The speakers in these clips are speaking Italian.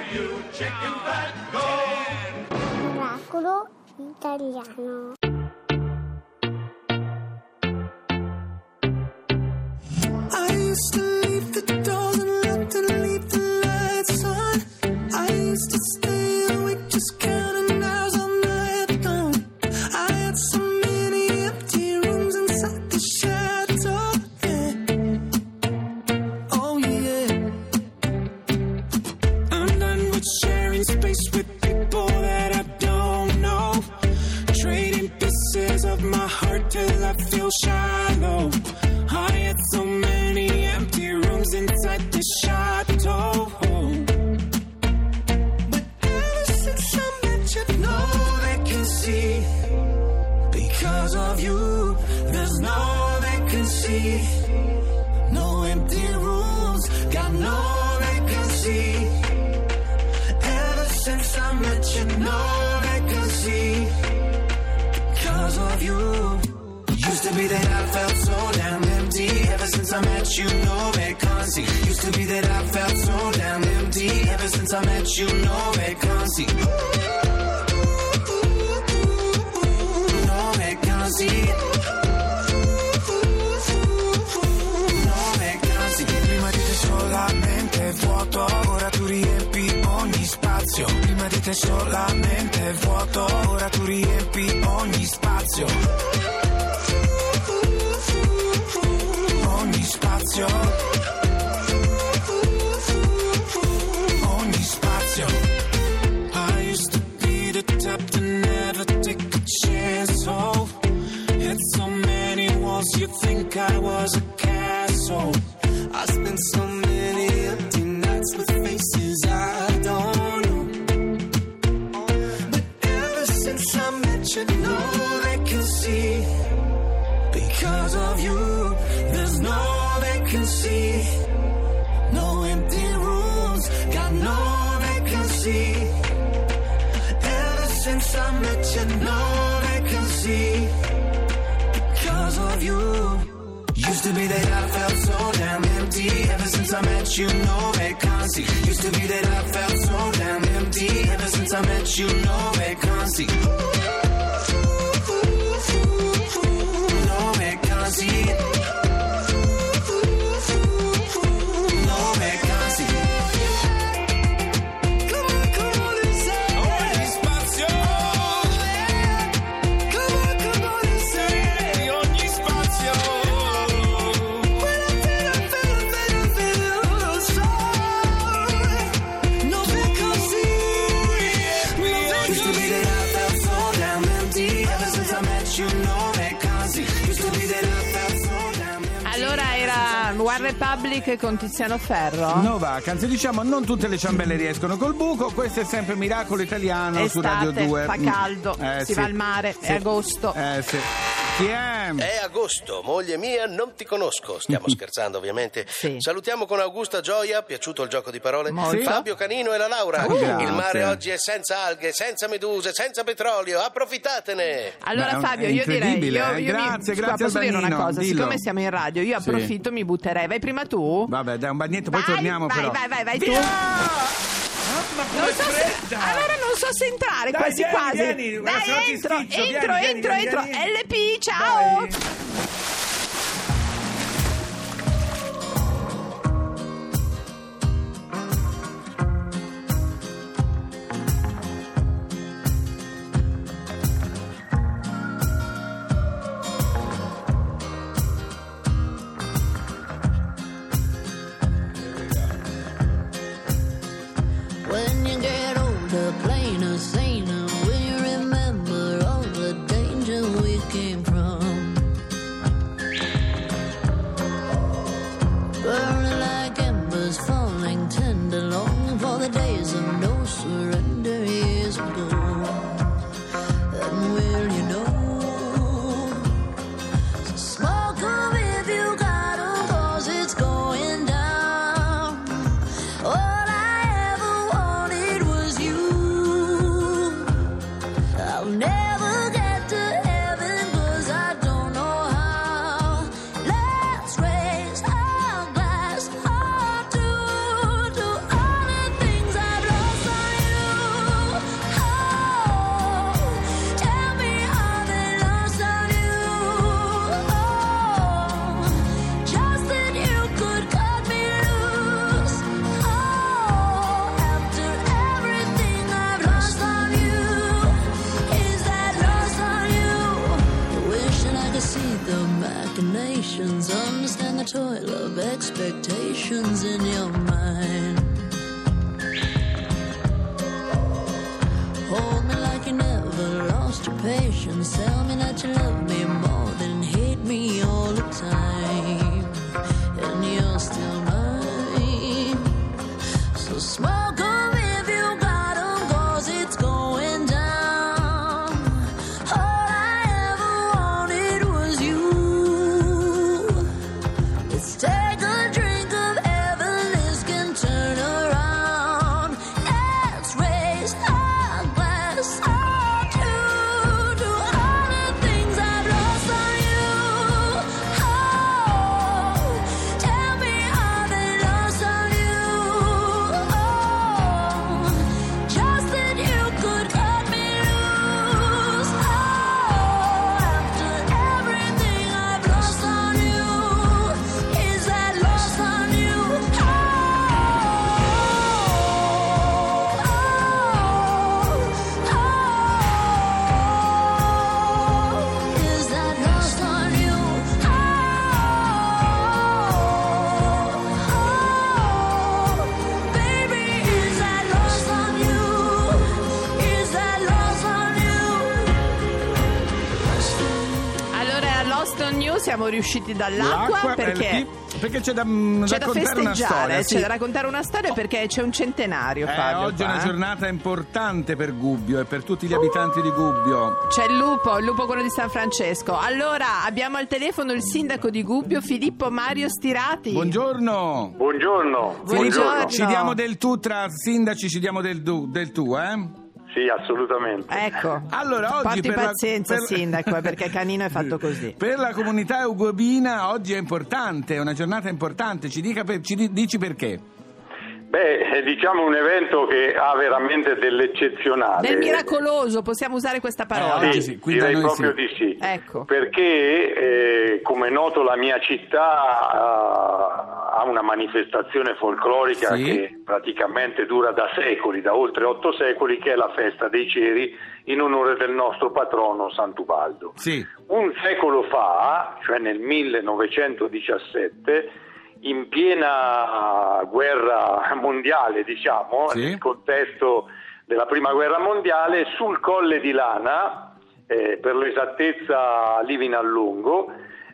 you chicken fat, go! Oracolo italiano. I used to leave the doors unlocked and leave the lights on. I used to stay awake just counting hours all night long. I had so many empty rooms inside the shadow, yeah. Oh yeah. I'm done with sharing space with people that I don't know. Trading pieces of my heart till I feel shallow. I had so many empty rooms inside the chateau. But ever since I met you, no vacancy. Because of you, there's no vacancy. No empty rooms, got no vacancy. Ever since I met you, no vacancy. Because of you. Used to be that I felt so damn empty. Ever since I met you, no vacancy. Used to be that I felt so damn empty. Ever since I met you, no vacancy. No vacancy. No vacancy. Prima di te solamente vuoto, ora tu riempi ogni spazio. Prima di te solamente vuoto, ora tu riempi ogni spazio. Spazio, ogni spazio. I used to be the type to never take a chance. Oh, had so many walls, you think I was a castle. I spent so many empty nights with faces I don't know. But ever since I met you, no vacancy. Because of you, there's no vacancy. No empty rooms, got no vacancy. Ever since I met you, no vacancy. Because of you. Used to be that I felt so damn empty. Ever since I met you, no vacancy. Used to be that I felt so damn empty. Ever since I met you, no vacancy. No vacancy. One Republic con Tiziano Ferro. No vacanze, diciamo non tutte le ciambelle riescono col buco. Questo è sempre Miracolo Italiano. Estate, su Radio 2. Fa caldo, si va al mare, sì. È agosto. Sì. Chi è? È agosto, moglie mia, non ti conosco. Stiamo scherzando, ovviamente. Sì. Salutiamo con Augusta Gioia, piaciuto il gioco di parole? Molto. Fabio Canino e la Laura. Grazie. Il mare oggi è senza alghe, senza meduse, senza petrolio. Approfittatene. Allora Beh, Fabio, è io direi incredibile, grazie, Albanino, posso dire una cosa, dillo. siccome siamo in radio, io approfitto, mi butterei. Vai prima tu? Vabbè, dai un bagnetto, poi torniamo però. Vai tu. Ma come Non so se, allora non so se entrare, Dai, quasi. vieni, Dai, se no ti entro. schizzo, vieni. LP, ciao. Dai. When you get older, plainer, saner, will you remember all the danger we came from? friends in your mind. Hold me like you never lost your patience. Tell me that you love me more than hate me all the time. And you're still mine. So smoke 'em if you got 'em, 'cause it's going down. All I ever wanted was you. Let's take a drink of heaven, this can turn around. Let's raise our glass up to all the things I've lost on you. Oh, tell me how they lost on you. Oh, just that you could cut me loose. Oh, after everything I've lost on you, is that lost on you? Oh, is that lost on you? Baby, is that lost on you? Is that lost on you? Allora, a Lost on You siamo riusciti dall'acqua L'acqua, perché perché c'è da c'è da raccontare una festeggiare, storia. sì. c'è da raccontare una storia perché c'è un centenario, Fabio. Oggi è qua, una eh. giornata importante per Gubbio e per tutti gli abitanti di Gubbio. C'è il lupo quello di San Francesco. Allora, abbiamo al telefono il sindaco di Gubbio, Filippo Mario Stirati. Buongiorno. Buongiorno. Buongiorno. Ci diamo del tu tra sindaci, ci diamo del tu, eh? Sì, assolutamente. Ecco. Allora, oggi porti pazienza, sindaco, perché Canino è fatto così. Per la comunità eugubina oggi è importante, è una giornata importante. Ci dici perché? Beh, diciamo un evento che ha veramente dell'eccezionale. Del miracoloso, possiamo usare questa parola. oggi sì, qui da direi noi proprio sì. di sì. Ecco. Perché, come è noto, la mia città ha una manifestazione folclorica Sì. che praticamente dura da secoli, da oltre 8 secoli, che è la festa dei ceri in onore del nostro patrono Sant'Ubaldo. Sì. Un secolo fa, cioè nel 1917, in piena guerra mondiale, diciamo, Sì. nel contesto della prima guerra mondiale, sul Colle di Lana, per l'esattezza Livinallongo,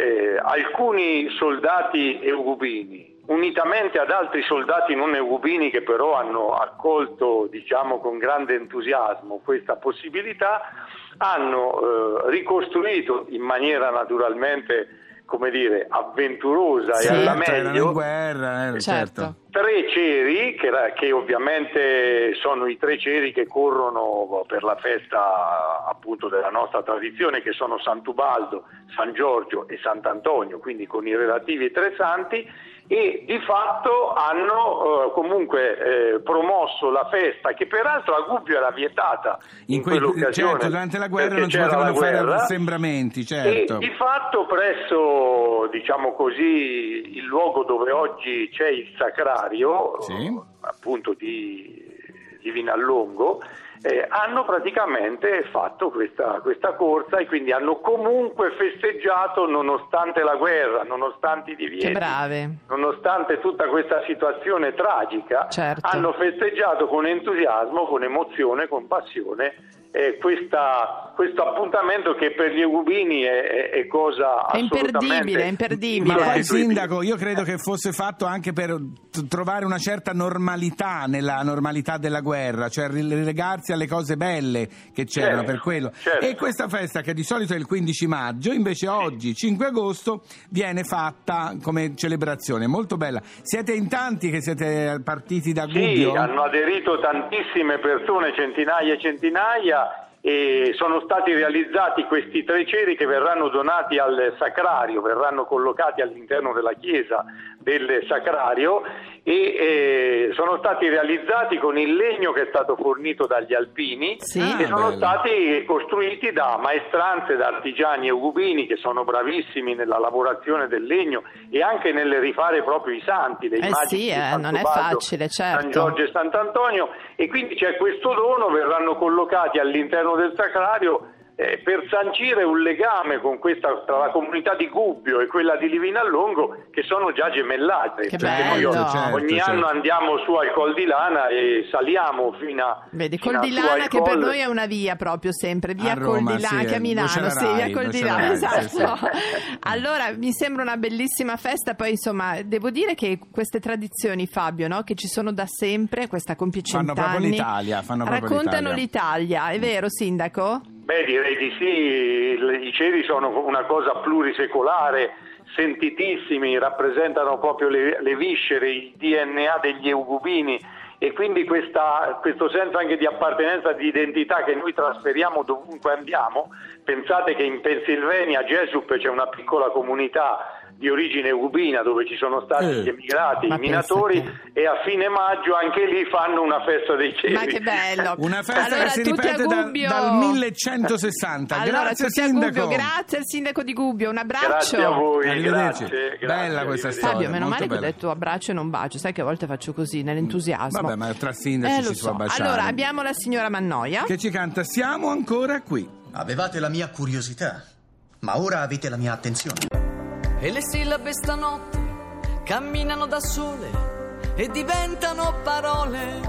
alcuni soldati eugubini, unitamente ad altri soldati non eugubini che però hanno accolto, diciamo, con grande entusiasmo questa possibilità, hanno ricostruito in maniera naturalmente, come dire, avventurosa Sì. e alla Erano meglio in guerra, Certo. 3 ceri che ovviamente sono i 3 ceri che corrono per la festa appunto della nostra tradizione, che sono Sant'Ubaldo, San Giorgio e Sant'Antonio, quindi con i relativi 3 santi, e di fatto hanno comunque promosso la festa, che peraltro a Gubbio era vietata in quell'occasione. Certo, durante la guerra perché non si c'era potevano la fare guerra. assembramenti, certo. E di fatto presso, diciamo così, il luogo dove oggi c'è il sacrario, Sì. appunto di Livinallongo, hanno praticamente fatto questa corsa, e quindi hanno comunque festeggiato nonostante la guerra, nonostante i divieti, Che brave. nonostante tutta questa situazione tragica. Certo. Hanno festeggiato con entusiasmo, con emozione, con passione questo appuntamento che per gli eugubini è cosa È assolutamente imperdibile, è imperdibile. Ma poi, insostituibile. sindaco, io credo che fosse fatto anche per trovare una certa normalità nella normalità della guerra, cioè rilegarsi alle cose belle che c'erano, Certo, per quello. certo. E questa festa, che di solito è il 15 maggio, invece oggi, 5 agosto, viene fatta come celebrazione, molto bella. Siete in tanti che siete partiti da Gubbio? Sì, hanno aderito tantissime persone, centinaia e centinaia, e sono stati realizzati questi 3 ceri che verranno donati al sacrario, verranno collocati all'interno della chiesa del sacrario, e sono stati realizzati con il legno che è stato fornito dagli alpini, Sì. e sono bello. stati costruiti da maestranze, da artigiani eugubini che sono bravissimi nella lavorazione del legno e anche nel rifare proprio i santi, le immagini sì, di non è Sant'Ubaldo, facile, certo. San Giorgio e Sant'Antonio, e quindi c'è questo dono, verranno collocati all'interno del sacrario per sancire un legame con questa, tra la comunità di Gubbio e quella di Livinallongo, che sono già gemellate. Che perché bello. noi ogni anno andiamo su al Col di Lana e saliamo fino a... Vedi, Col di Lana che per noi è una via proprio sempre, via Col di Lana, che a Milano, sì, via Col di Lana, esatto. Allora, mi sembra una bellissima festa, poi insomma, devo dire che queste tradizioni, Fabio, no, che ci sono da sempre, questa compie 100 fanno proprio anni, l'Italia, raccontano l'Italia, è vero, Sindaco? Beh, direi di sì, i ceri sono una cosa plurisecolare, sentitissimi, rappresentano proprio le viscere, il DNA degli eugubini, e quindi questo senso anche di appartenenza, di identità che noi trasferiamo dovunque andiamo. Pensate che in Pennsylvania, a Jesup, c'è una piccola comunità di origine eugubina dove ci sono stati gli emigrati, i minatori, e a fine maggio anche lì fanno una festa dei ceri. Ma che bello! Una festa allora, che si ripete dal 1160. Allora, grazie tutti a Sindaco. Gubbio, grazie al Sindaco di Gubbio, un abbraccio. Grazie a voi, Arrivederci. grazie. Bella questa storia. Fabio, meno molto male che ho bella. detto abbraccio e non bacio, sai che a volte faccio così nell'entusiasmo. Vabbè, ma tra sindaci lo si può so. baciare. Allora, abbiamo la signora Mannoia che ci canta Siamo ancora qui. Avevate la mia curiosità, ma ora avete la mia attenzione. E le sillabe stanotte camminano da sole e diventano parole,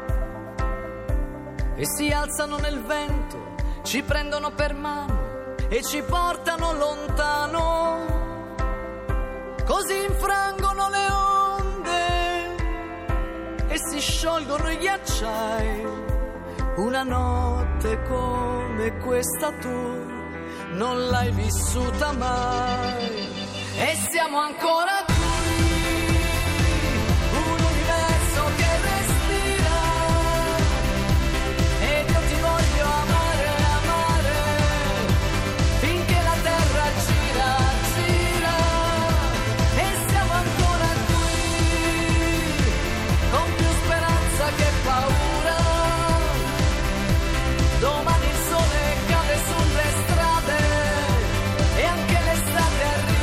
e si alzano nel vento, ci prendono per mano e ci portano lontano, così infrangono le onde e si sciolgono i ghiacciai. Una notte come questa tu non l'hai vissuta mai. E siamo ancora qui, un universo che respira, ed io ti voglio amare, amare, finché la terra gira, gira. E siamo ancora qui, con più speranza che paura. Domani il sole cade sulle strade e anche l'estate arriva.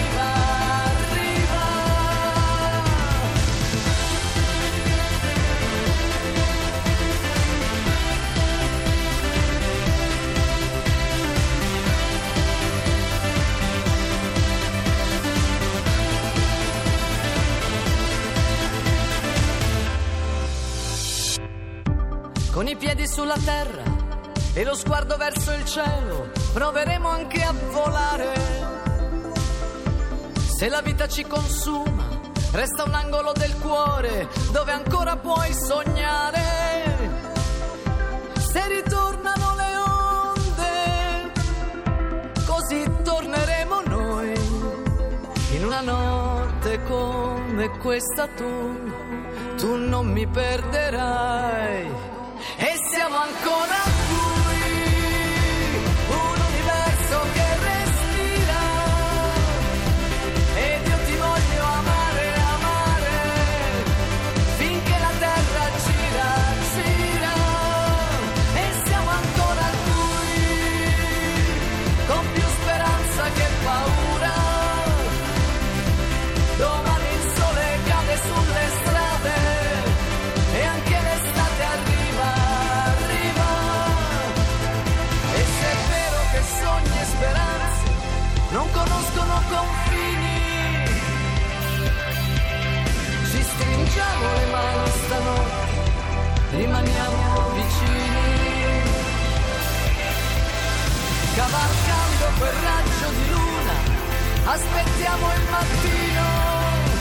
Con i piedi sulla terra e lo sguardo verso il cielo, proveremo anche a volare. Se la vita ci consuma, resta un angolo del cuore dove ancora puoi sognare. Se ritornano le onde, così torneremo noi. In una notte come questa tu non mi perderai. E siamo ancora qui, un universo che respira, ed io ti voglio amare, amare, finché la terra gira, gira. E siamo ancora qui, con più speranza che paura. Domani il sole cade sulle strade e anche l'estate arriva. Non conoscono confini, ci stringiamo le mani stanotte, rimaniamo vicini, cavalcando quel raggio di luna, aspettiamo il mattino.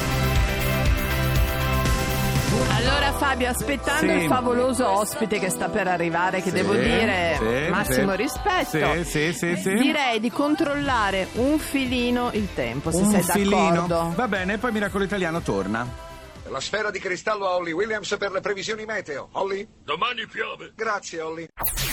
Allora Fabio, aspettando il favoloso ospite che sta per arrivare, che devo dire massimo rispetto, direi di controllare un filino il tempo, se sei d'accordo. Va bene, poi Miracolo Italiano torna. La sfera di cristallo a Holly Williams per le previsioni meteo. Holly? Domani piove. Grazie, Holly.